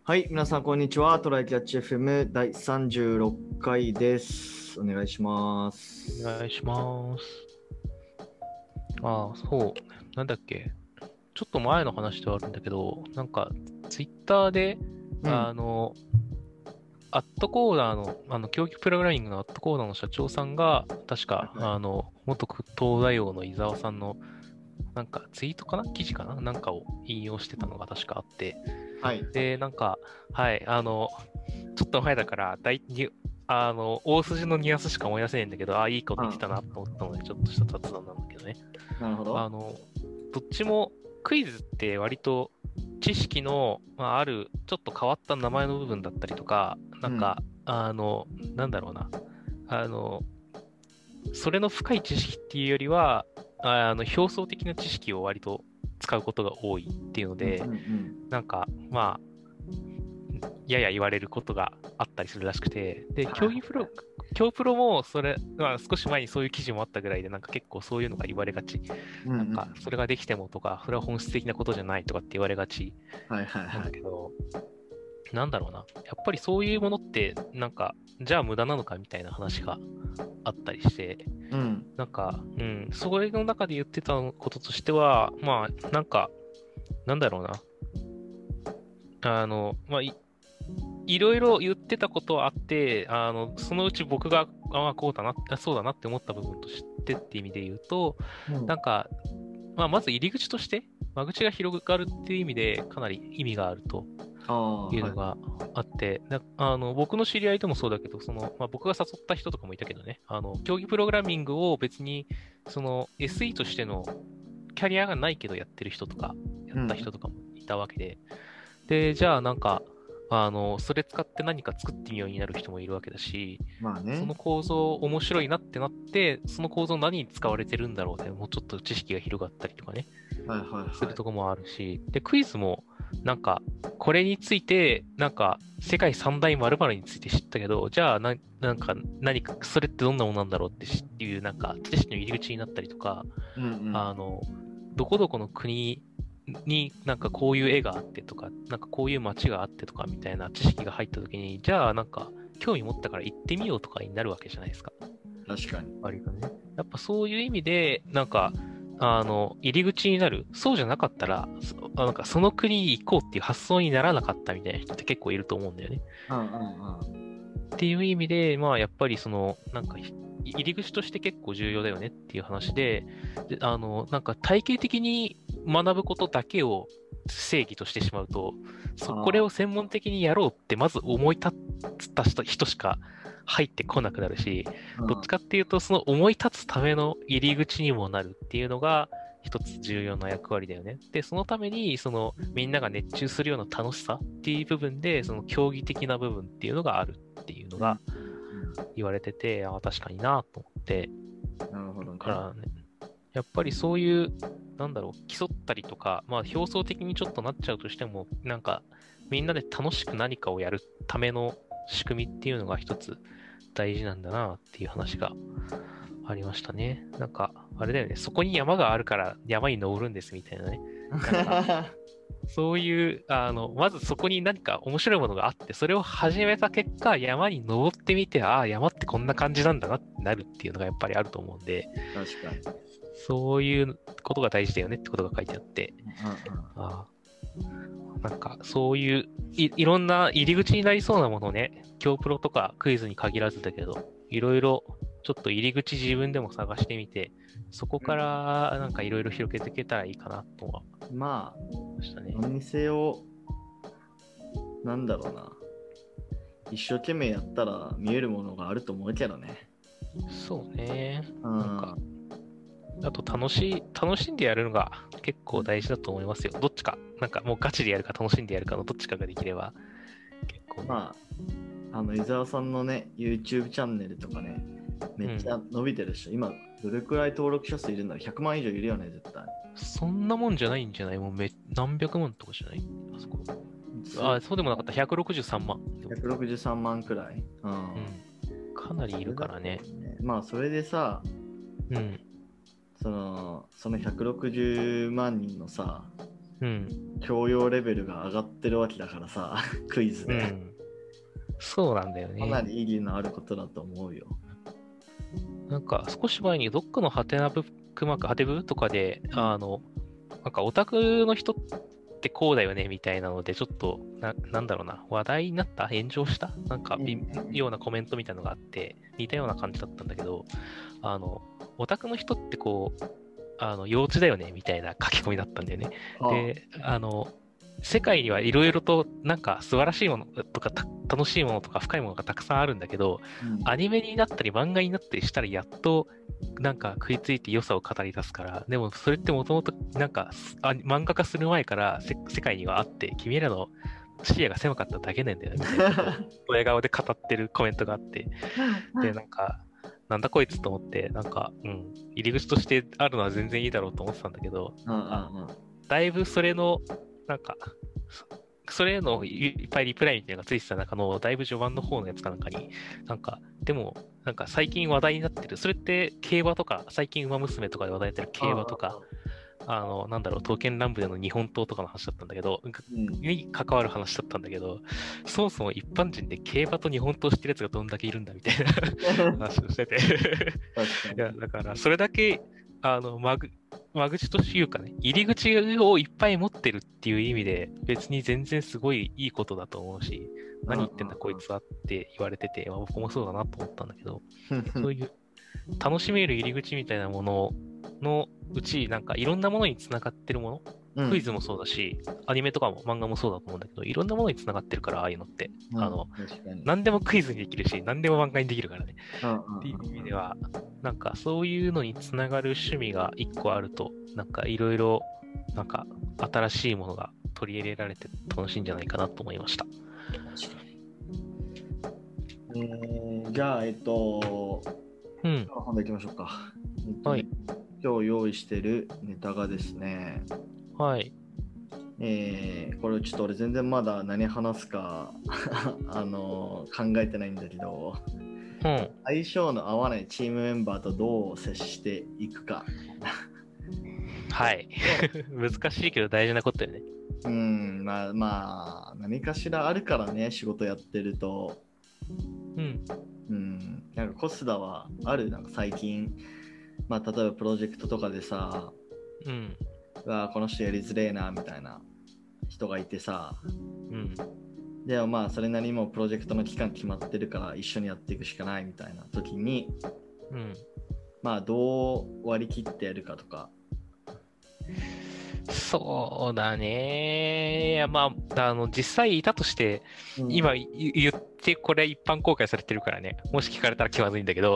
はい、皆さん、こんにちは。トライキャッチ FM 第36回です。お願いしまおす。 願いします。そう。なんだっけ。ちょっと前の話ではあるんだけど、ツイッターで、 うん。 あの、アットコーダーの、教育プログラミングのアットコーダーの社長さんが、確か、 はいはい。 元東大王の伊沢さんの、ツイートかな記事かなを引用してたのが確かあって、 はい。 で、はい、ちょっと前だから、大筋のニュアンスしか思い出せないんだけど、いいこと言ってたなと思ったので、ちょっとした雑談なんだけどね。 なるほど。 あの、どっちもクイズって割と知識の、あるちょっと変わった名前の部分だったりとか、 うん。 なんだろうな。あの、それの深い知識っていうよりは、表層的な知識を割と使うことが多いっていうのうん。 で、 うん。 なんか、まあ、やや言われることがあったりするらしくて、で、 はいはいはい。 競プロもそれ、少し前にそういう記事もあったぐらいで、結構そういうのが言われがち。 うんうん。 それができてもとか、それは本質的なことじゃないとかって言われがちはいはいなんはい。 だけど、なんだろうな。やっぱりそういうものって、じゃあ無駄なのかみたいな話があったりして、 うん。 それの中で言ってたこととしては、なんだろうな。あの、まあ、いいろいろ言ってたことはあって、そのうち僕が、こうだな、そうだなって思った部分としてって意味で言うと、 うん。 なんか、まず入り口として、間口が広がるっていう意味で、かなり意味があるとああ、はい。 いうのがあって、僕の知り合いでもそうだけど、僕が誘った人とかもいたけどね、競技プログラミングを別に、SE としてのキャリアがないけどやってる人とか、やったうん。 人とかもいたわけで、で、じゃあそれ使って何か作ってみようになる人もいるわけだし、 まあね。 その構造面白いなってなって、その構造何に使われてるんだろうね、もうちょっと知識が広がったりとかね、 はいはいはい。 するとこもあるし、で、クイズも、これについて、世界三大〇〇について知ったけど、じゃあ、何か、それってどんなものなんだろうっていう、知識の入り口になったりとか、 うんうん。 あの、どこどこの国にこういう絵があってとか、こういう街があってとかみたいな知識が入った時に、じゃあ興味持ったから行ってみようとかになるわけじゃないですか。 確かに。 割とね。やっぱそういう意味で、入り口になる。そうじゃなかったら、その国に行こうっていう発想にならなかったみたいな人って結構いると思うんだよね。 うんうんうん。 っていう意味で、やっぱり入り口として結構重要だよねっていう話で、体系的に学ぶことだけを正義としてしまうと、これああ、 を専門的にやろうってまず思い立った人しか入ってこなくなるし、 うん。 どっちかっていうと、その思い立つための入り口にもなるっていうのが、一つ重要な役割だよね。で、そのために、みんなが熱中するような楽しさっていう部分で、その競技的な部分っていうのがあるっていうのがうんうん言われてて、確かになと思って、 うん。なるほどね。 からね、やっぱりそういう、競ったりとか、表層的にちょっとなっちゃうとしても、みんなで楽しく何かをやるための仕組みっていうのが一つ大事なんだなっていう話がありましたね。あれだよね、そこに山があるから山に登るんですみたいなね。なんか、そういう、まずそこに何か面白いものがあって、それを始めた結果、山に登ってみて、山ってこんな感じなんだなってなるっていうのがやっぱりあると思うんで、 確かに。 そういうことが大事だよねってことが書いてあって、 うんうん。 あそういういろんな入り口になりそうなものをね、今日プロとかクイズに限らずだけど、いろいろちょっと入り口自分でも探してみて、そこからいろいろ広げていけたらいいかなとはまあ、 思いましたね。 お店を、なんだろうな。一生懸命やったら見えるものがあると思うけどね。 そうね。 うん。 あと楽しんでやるのが結構大事だと思いますよ。どっちか、もうガチでやるか楽しんでやるかのどっちかができれば結構ね。 まあ、伊沢さんのね、YouTube チャンネルとかね、めっちゃ伸びてるし、今、どれくらい登録者数いるんだろう？ 100 万以上いるよね、絶対。 そんなもんじゃないんじゃないもう何百万とかじゃないあそこ。そうでもなかった。163万。 163万くらい。うん。 うん。かなりいるからね。 まあ、それでさ、 うん。 その160万人のさ、 うん。 教養レベルが上がってるわけだからさ、クイズで。 うん。そうなんだよかなね。 り意義のあることだと思うよ。 なんか少し前にどっかのハテナブックマーク、ハテブとかで、なんかオタクの人ってこうだよねみたいなので、ちょっと、なんだろうな、話題になった炎上したなんかようなコメントみたいなのがあって、似たような感じだったんだけど、オタクの人ってこう、幼稚だよねみたいな書き込みだったんだよね。で、世界にはいろいろとなんか素晴らしいものとか楽しいものとか深いものがたくさんあるんだけど、アニメになったり漫画になったりしたらやっとなんか食いついて良さを語り出すから、でもそれってもともとなんか漫画化する前から世界にはあって、君らの視野が狭かっただけなんだよねみたいなことをドヤ顔で語ってるコメントがあって、でなんかなんだこいつと思って、なんか、入り口としてあるのは全然いいだろうと思ってたんだけど、だいぶそれの、なんか、それへのいっぱいリプライみたいなのがついてた中の、だいぶ序盤の方のやつかなんかに、なんか、でも、なんか最近話題になってる、それって競馬とか、最近馬娘とかで話題になってる競馬とか、なんだろう、刀剣乱舞での日本刀とかの話だったんだけど、に関わる話だったんだけど、そもそも一般人で競馬と日本刀してるやつがどんだけいるんだみたいな話をしてていや、だから、それだけ、間口というかね、入り口をいっぱい持ってるっていう意味で、別に全然すごいいいことだと思うし、何言ってんだこいつはって言われてて、僕もそうだなと思ったんだけど、そういう楽しめる入り口みたいなもののうち、なんかいろんなものにつながってるもの、クイズもそうだし、アニメとかも漫画もそうだと思うんだけど、いろんなものにつながってるから、ああいうのって。何でもクイズにできるし、何でも漫画にできるからね。っていう意味では、なんかそういうのにつながる趣味が一個あると、なんかいろいろ、なんか新しいものが取り入れられて楽しいんじゃないかなと思いました。 じゃあ、本題行きましょうか。 はい。 今日用意してるネタがですね、 はい。 これちょっと俺全然まだ何話すか考えてないんだけど、相性の合わないチームメンバーとどう接していくか。 はい難しいけど大事なことよね。 まあ何かしらあるからね、仕事やってると。なんかコスダはある、なんか最近、まあ例えばプロジェクトとかでさ、この人やりづれえなみたいな人がいてさ、でもまあそれなりにもプロジェクトの期間決まってるから一緒にやっていくしかないみたいな時に、まあどう割り切ってやるかとか。 そうだね。いや、まあ、実際いたとして、今言ってこれ一般公開されてるからね、もし聞かれたら気まずいんだけど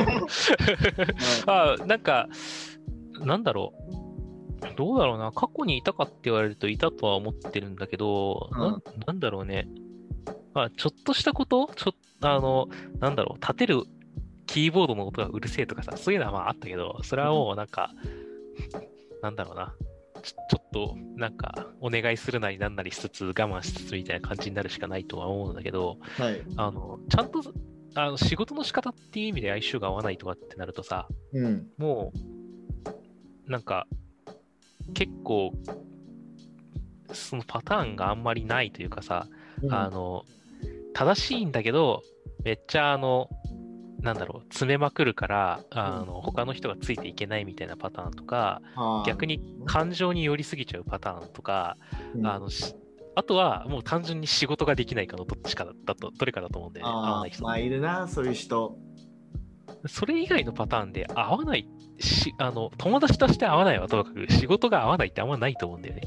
なんかなんだろう、どうだろうな、過去にいたかって言われるといたとは思ってるんだけど、なんだろうね、ちょっとしたことなんだろう、立てるキーボードの音がうるせえとかさ、そういうのはまああったけど、それはもうなんか、なんだろうな、ちょっとなんかお願いするなりなんなりしつつ我慢しつつみたいな感じになるしかないとは思うんだけど、ちゃんと仕事の仕方っていう意味で相性が合わないとかってなるとさ、もうなんか結構そのパターンがあんまりないというかさ、正しいんだけどめっちゃなんだろう、詰めまくるから他の人がついていけないみたいなパターンとか、逆に感情に寄りすぎちゃうパターンとか、あとはもう単純に仕事ができないかのどれかだと思うんだよね。合わない人。 まあいるな、そういう人。 それ以外のパターンで合わない友達として合わないはともかく仕事が合わないってあんまないと思うんだよね。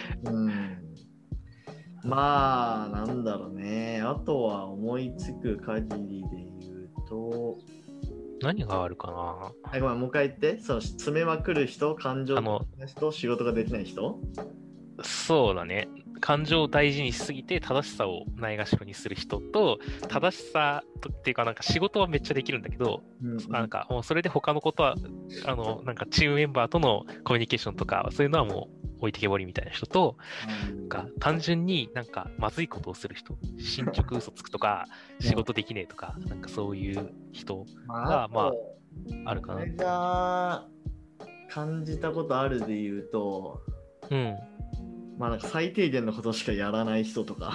まあなんだろうね。あとは思いつく限りで言うと、 何があるかな。 ごめん、もう一回言って。その詰めまくる人、感情的な人、仕事ができない人。そうだね。感情を大事にしすぎて正しさをないがしろにする人と、正しさっていうかなんか仕事はめっちゃできるんだけど、なんかもうそれで他のことはなんかチームメンバーとのコミュニケーションとかそういうのはもう置いてけぼりみたいな人と、単純になんかまずいことをする人、進捗嘘つくとか仕事できねえとか、なんかそういう人がまああるかな。 俺が感じたことあるで言うと、 まあなんか最低限のことしかやらない人とか。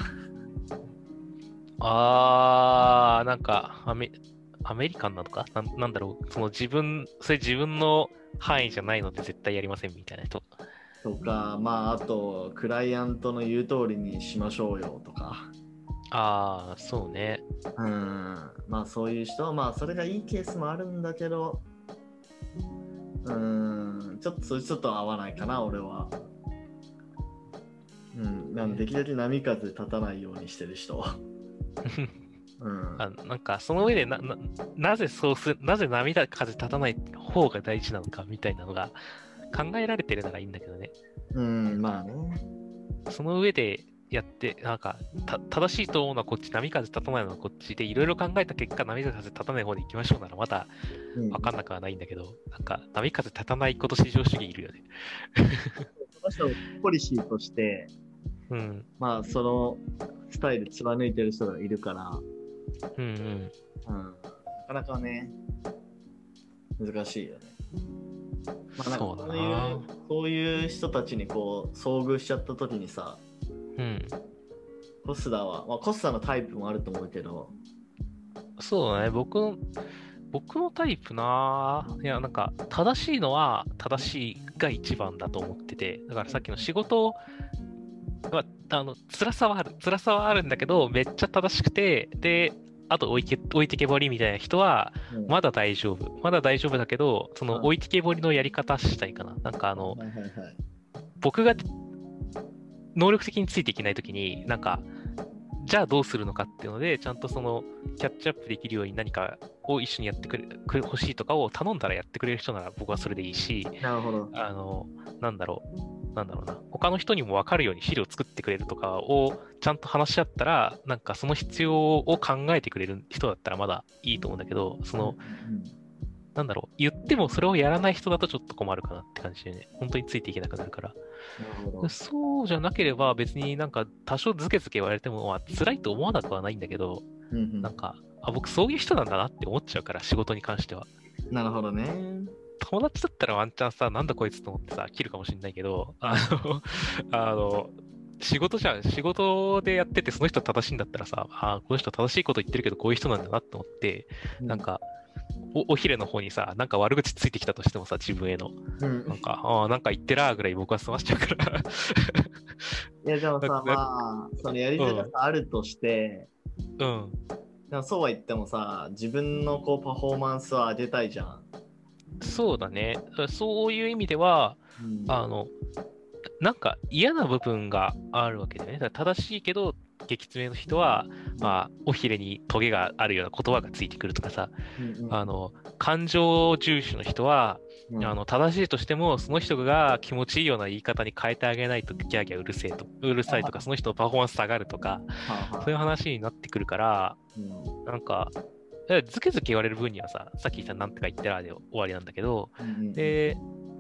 なんかアメリカンなのかなんだろう、それ自分の範囲じゃないので絶対やりませんみたいな人。 とか、まああと、クライアントの言う通りにしましょうよとか。 そうね。 まあそういう人は、まあそれがいいケースもあるんだけど、ちょっとそれちょっと合わないかな、俺は。なんでできるだけ波風立たないようにしてる人。 なんかその上でなぜ波風立たない方が大事なのかみたいなのが考えられてるならいいんだけどね。 まあね。 その上でやって、なんか正しいと思うのはこっち、波風立たないのはこっちで、いろいろ考えた結果、波風立たない方で行きましょうならまだ分かんなくはないんだけど、なんか波風立たないこと至上主義いるよね。 その人のポリシーとして、まあそのスタイル貫いてる人がいるから、なかなかね、難しいよね。まあなんかそういう人たちにこう遭遇しちゃった時にさ、コスダは、まあ、コスダのタイプもあると思うけど、 そうだね、僕のタイプいや、なんか、正しいのは正しいが一番だと思ってて、だからさっきの仕事は、辛さはあるんだけど、めっちゃ正しくて、で、あと置いてけぼりみたいな人は、まだ大丈夫だけど、その置いてけぼりのやり方したいかな。なんか僕が能力的についていけないときに、なんか、じゃあどうするのかっていうので、ちゃんとそのキャッチアップできるように何かを一緒にやってほしいとかを頼んだらやってくれる人なら僕はそれでいいし、 なるほど。 なんだろうな、他の人にも分かるように資料を作ってくれるとかをちゃんと話し合ったら、なんかその必要を考えてくれる人だったらまだいいと思うんだけど、なんだろう、言ってもそれをやらない人だとちょっと困るかなって感じでね、本当についていけなくなるから。そうじゃなければ別になんか多少ズケズケ言われても、まあ、辛いと思わなくはないんだけど、なんか、僕そういう人なんだなって思っちゃうから、仕事に関しては。 なるほどね。 友達だったらワンチャンさ、なんだこいつと思ってさ、切るかもしれないけど、仕事でやっててその人正しいんだったらさ、この人正しいこと言ってるけどこういう人なんだなって思って、なんか、おひれの方にさ、なんか悪口ついてきたとしてもさ、自分への。なんか、なんか言ってらーぐらい僕は済ましちゃうから。 いや、でもさ、まあ、そのやりづらさあるとして、でもそうは言ってもさ、自分のこうパフォーマンスは上げたいじゃん。 そうだね。そういう意味では、なんか嫌な部分があるわけだよね。だから正しいけど、激詰めの人は、まあ、おひれにトゲがあるような言葉がついてくるとかさ、感情重視の人は、正しいとしても、その人が気持ちいいような言い方に変えてあげないとギャーギャーうるさいとか、その人のパフォーマンス下がるとか、そういう話になってくるから、なんか、ずけずけ言われる分にはさ、さっき言ったなんとか言ってらで終わりなんだけど、で、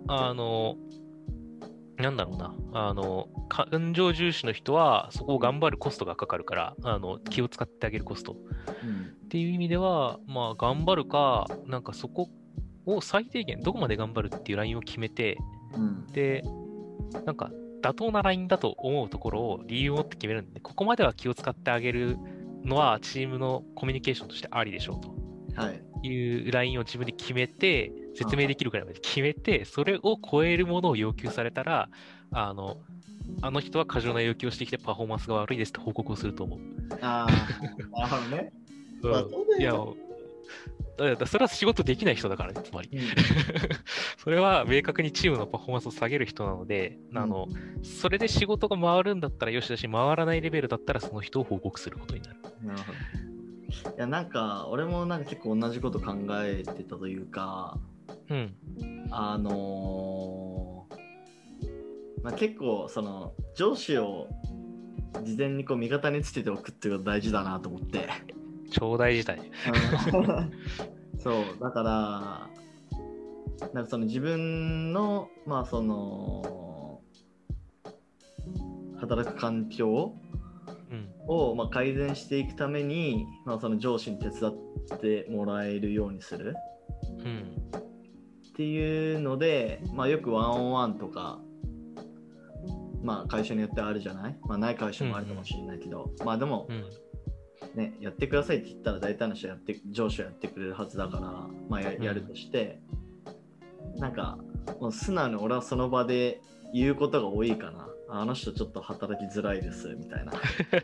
なんだろうな、感情重視の人は、そこを頑張るコストがかかるから、気を使ってあげるコスト。っていう意味では、まあ、頑張るか、なんかそこを最低限、どこまで頑張るっていうラインを決めて、で、なんか、妥当なラインだと思うところを理由を持って決めるんで、ここまでは気を使ってあげるのは、チームのコミュニケーションとしてありでしょうと。いうラインを自分で決めて、説明できるくらいまで決めて、それを超えるものを要求されたら、あの人は過剰な要求をしてきてパフォーマンスが悪いですって報告をすると思う。 なるほどね。 いや、それは仕事できない人だからね、つまり。それは明確にチームのパフォーマンスを下げる人なので、それで仕事が回るんだったらよしだし、回らないレベルだったらその人を報告することになる。 なるほど。いやなんか俺もなんか結構同じこと考えてたというか、まあ、結構その上司を事前にこう味方につけておくっていうこと大事だなと思って。 超大事だね。 そうだからなんかその自分のまあその働く環境をまあ改善していくために、まあ、その上司に手伝ってもらえるようにする、っていうので、まあ、よくワンオンワンとかまあ会社によってあるじゃない、まあない会社もあるかもしれないけど、まあでも、ね、やってくださいって言ったら大体の人上司はやってくれるはずだから、まあやるとして、なんかもう素直に俺はその場で言うことが多いかな。あの人ちょっと働きづらいですみたいな。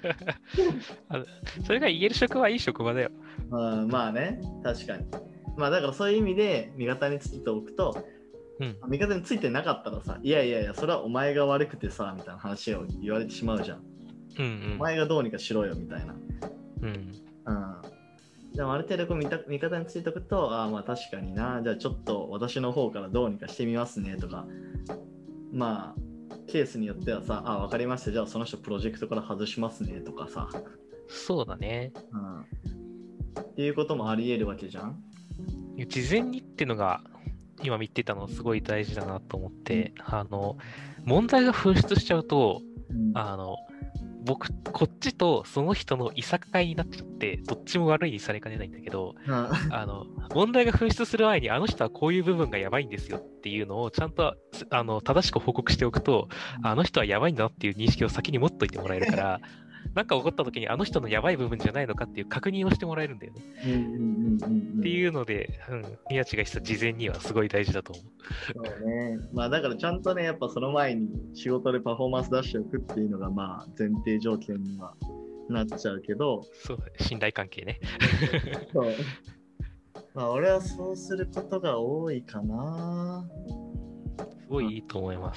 それが言える職はいい職場だよ。 まあね、確かに。まあだからそういう意味で味方についておくと、味方についてなかったらさ、いやそれはお前が悪くてさみたいな話を言われてしまうじゃん。お前がどうにかしろよみたいな。でもある程度こう味方についておくと、まあ確かにな、じゃあちょっと私の方からどうにかしてみますねとか、まあケースによってはさ、分かりました、じゃあその人プロジェクトから外しますねとかさ。 そうだね。 っていうこともあり得るわけじゃん。 事前にっていうのが今見てたのすごい大事だなと思って、問題が噴出しちゃうと、こっちとその人のいさかいになっちゃってどっちも悪いにされかねないんだけど、問題が噴出する前にあの人はこういう部分がやばいんですよっていうのをちゃんと正しく報告しておくと、あの人はやばいんだなっていう認識を先に持っといてもらえるからなんか起こった時にあの人のやばい部分じゃないのかっていう確認をしてもらえるんだよね。っていうので、宮地がした事前にはすごい大事だと思う。 そうね。まあだからちゃんとね、やっぱその前に仕事でパフォーマンス出しておくっていうのがまあ前提条件にはなっちゃうけど。 そう、信頼関係ね。 そう。まあ俺はそうすることが多いかな。 すごいいいと思います。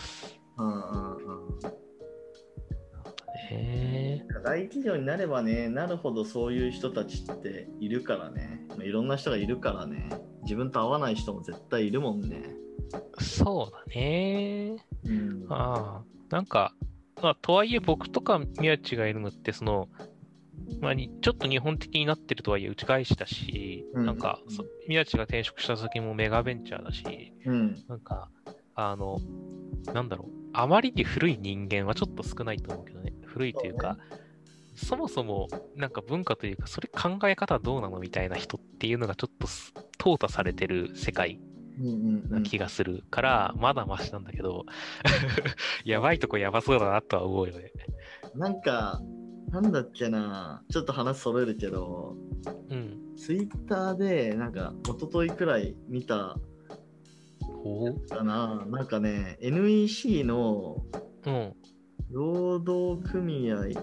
大企業になればね、なるほどそういう人たちっているからね、いろんな人がいるからね、自分と合わない人も絶対いるもんね。 そうだね。なんか、とはいえ僕とか宮地がいるのってちょっと日本的になってるとはいえ、うち外資だし、なんか、宮地が転職した先もメガベンチャーだし、なんか、なんだろう、あまりに古い人間はちょっと少ないと思うけどね。古いというか、そもそもなんか文化というか、それ考え方どうなのみたいな人っていうのがちょっと淘汰されてる世界な気がするから、まだマシなんだけど、やばいとこやばそうだなとは思うよね。 なんか、なんだっけな、ちょっと話それるけど、ツイッターでなんか一昨日くらい見たかな、なんかね、NEC の労働組合、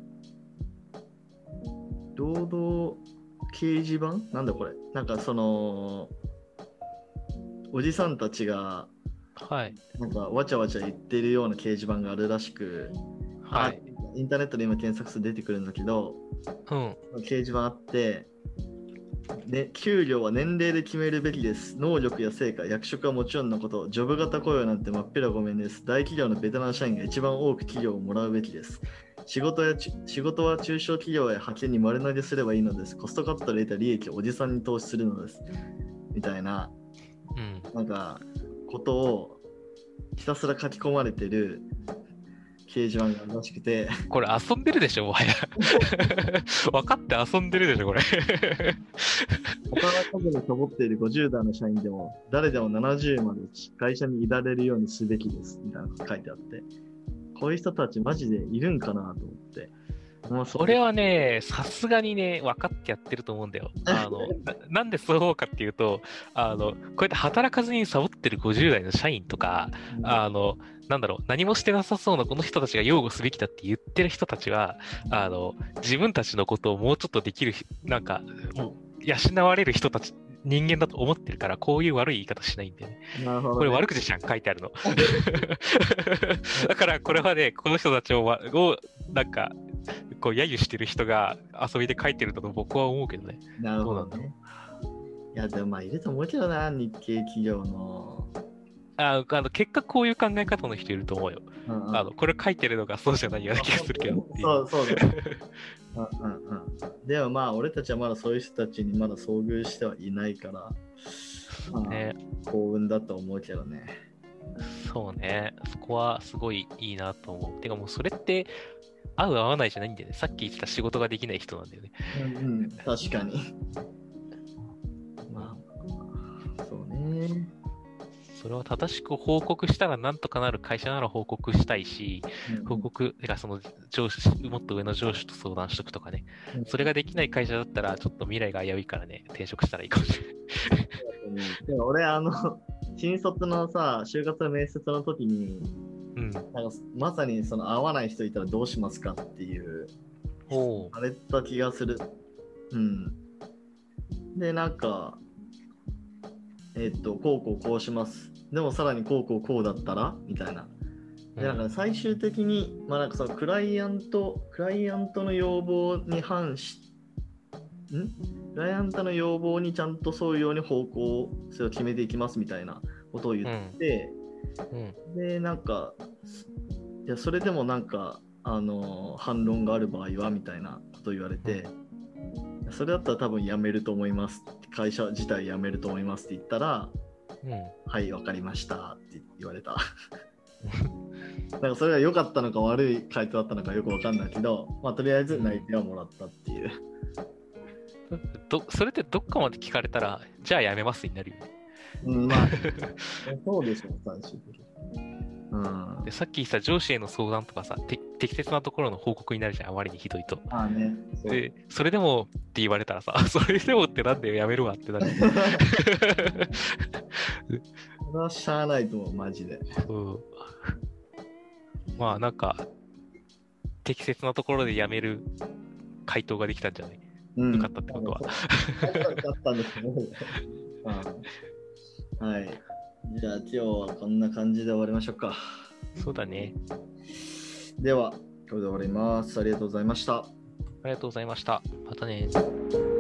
労働掲示板なんだこれ、なんかそのおじさんたちがなんかわちゃわちゃ言ってるような掲示板があるらしく、インターネットで今検索すると出てくるんだけど、掲示板あって、給料は年齢で決めるべきです。能力や成果、役職はもちろんのこと、ジョブ型雇用なんてまっぴらごめんです。大企業のベテラン社員が一番多く給料をもらうべきです。仕事は中小企業や派遣に丸投げすればいいのです。コストカットで得た利益をおじさんに投資するのです。みたいな、なんかことをひたすら書き込まれてる掲示板があるらしくて、 これ遊んでるでしょ、もはや。分かって遊んでるでしょ、これ。 働かずにサボっている50代の社員でも、誰でも70まで会社にいられるようにすべきです。みたいなのが書いてあって、こういう人たちマジでいるんかなと思って。 それはね、さすがにね、分かってやってると思うんだよ。なんでそう思うかっていうと、こうやって働かずにサボってる50代の社員とか、なんだろう、何もしてなさそうなこの人たちが擁護すべきだって言ってる人たちは、自分たちのことをもうちょっとできる、なんか、養われる人たち、人間だと思ってるから、こういう悪い言い方しないんだよね。 なるほどね。 これ悪口じゃん、書いてあるの。だからこれはね、この人たちをなんか、こう揶揄してる人が遊びで書いてるんだと僕は思うけどね。 なるほどね。いや、でもまあいると思うけどな、日系企業の。 結果こういう考え方の人いると思うよ。これ書いてるのがそうじゃないような気がするけど。 そうだね。でもまあ俺たちはまだそういう人たちにまだ遭遇してはいないから、幸運だと思うけどね。 そうね、そこはすごいいいなと思う。てかもうそれって合う合わないじゃないんだよね。さっき言ってた仕事ができない人なんだよね。 確かに。まあそうね。 それは正しく報告したらなんとかなる会社なら報告したいし、報告、てかその上司、もっと上の上司と相談しとくとかね。それができない会社だったら、ちょっと未来が危ういからね、転職したらいいかもしれない。 でも俺、新卒のさ、就活の面接の時に、なんかまさにその合わない人いたらどうしますかっていう、あれた気がする。で、なんか、こうします。でもさらにこうだったらみたいな。で、なんか最終的に、なんかそのクライアントの要望にクライアントの要望にちゃんと沿うように方向性を決めていきますみたいなことを言って、で、なんか、いや、それでもなんか、反論がある場合はみたいなことを言われて、それだったら多分辞めると思います。会社自体辞めると思いますって言ったら、はい、わかりましたって言われた。なんかそれが良かったのか悪い回答だったのかよくわかんないけど、とりあえず内定はもらったっていう。 それってどっかまで聞かれたら、じゃあ辞めますになるよね。 そうでしょう、最終的に。 でさっき言った上司への相談とかさ、適切なところの報告になるじゃん、あまりにひどいと。で、それでもって言われたらさ、それでもってなんでやめるわってなる。それはしゃあないと思う、マジで。 なんか、適切なところでやめる回答ができたんじゃない？よかったってことは。よかったんですね。 はい。じゃあ今日はこんな感じで終わりましょうか。 そうだね。 では、これで終わります。ありがとうございました。 ありがとうございました。またね。